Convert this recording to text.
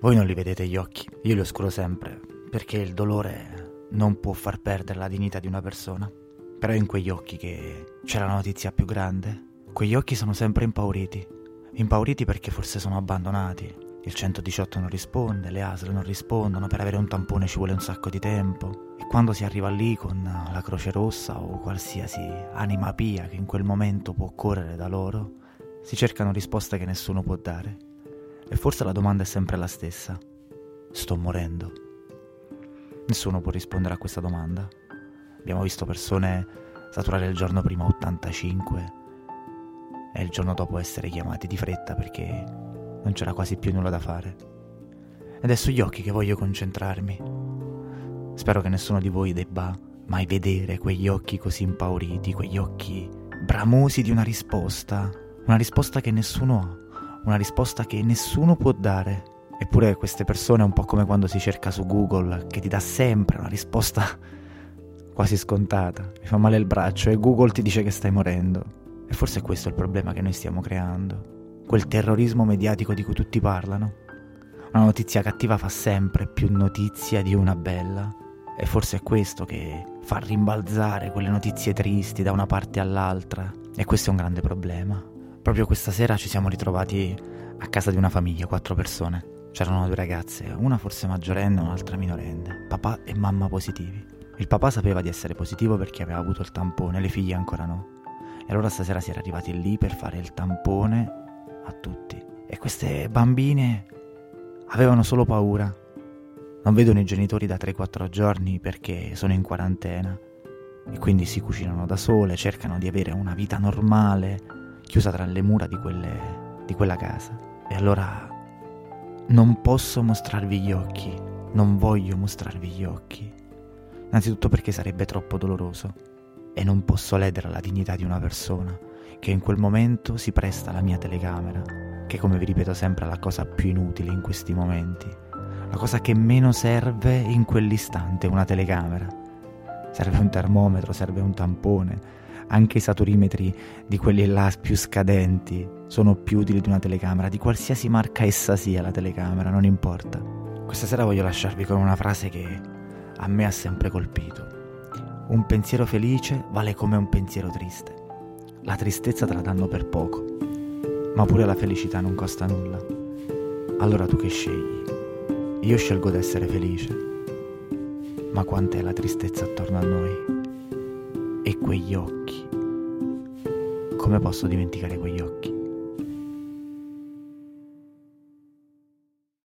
Voi non li vedete gli occhi, io li oscuro sempre, perché il dolore non può far perdere la dignità di una persona. Però è in quegli occhi che c'è la notizia più grande. Quegli occhi sono sempre impauriti. Impauriti perché forse sono abbandonati. Il 118 non risponde, le ASL non rispondono, per avere un tampone ci vuole un sacco di tempo. E quando si arriva lì con la Croce Rossa o qualsiasi anima pia che in quel momento può correre da loro, si cercano risposte che nessuno può dare. E forse la domanda è sempre la stessa. Sto morendo. Nessuno può rispondere a questa domanda. Abbiamo visto persone saturare il giorno prima 85 e il giorno dopo essere chiamati di fretta perché non c'era quasi più nulla da fare. Ed è sugli occhi che voglio concentrarmi. Spero che nessuno di voi debba mai vedere quegli occhi così impauriti, quegli occhi bramosi di una risposta che nessuno ha. Una risposta che nessuno può dare. Eppure queste persone è un po' come quando si cerca su Google, che ti dà sempre una risposta quasi scontata. Mi fa male il braccio e Google ti dice che stai morendo. E forse questo è il problema che noi stiamo creando. Quel terrorismo mediatico di cui tutti parlano. Una notizia cattiva fa sempre più notizia di una bella. E forse è questo che fa rimbalzare quelle notizie tristi da una parte all'altra. E questo è un grande problema. Proprio questa sera ci siamo ritrovati a casa di una famiglia, 4 persone. C'erano 2 ragazze, una forse maggiorenne e un'altra minorenne, papà e mamma positivi. Il papà sapeva di essere positivo perché aveva avuto il tampone, le figlie ancora no. E allora stasera si era arrivati lì per fare il tampone a tutti. E queste bambine avevano solo paura. Non vedono i genitori da 3-4 giorni perché sono in quarantena. E quindi si cucinano da sole, cercano di avere una vita normale, chiusa tra le mura di quella casa. E allora non posso mostrarvi gli occhi, non voglio mostrarvi gli occhi. Innanzitutto perché sarebbe troppo doloroso e non posso ledere la dignità di una persona che in quel momento si presta alla mia telecamera, che come vi ripeto sempre è la cosa più inutile in questi momenti, la cosa che meno serve in quell'istante, una telecamera. Serve un termometro, serve un tampone. Anche i saturimetri di quelli là più scadenti sono più utili di una telecamera, di qualsiasi marca essa sia la telecamera, non importa. Questa sera voglio lasciarvi con una frase che a me ha sempre colpito. Un pensiero felice vale come un pensiero triste. La tristezza te la danno per poco, ma pure la felicità non costa nulla. Allora tu che scegli? Io scelgo di essere felice, ma quant'è la tristezza attorno a noi? E quegli occhi, come posso dimenticare quegli occhi?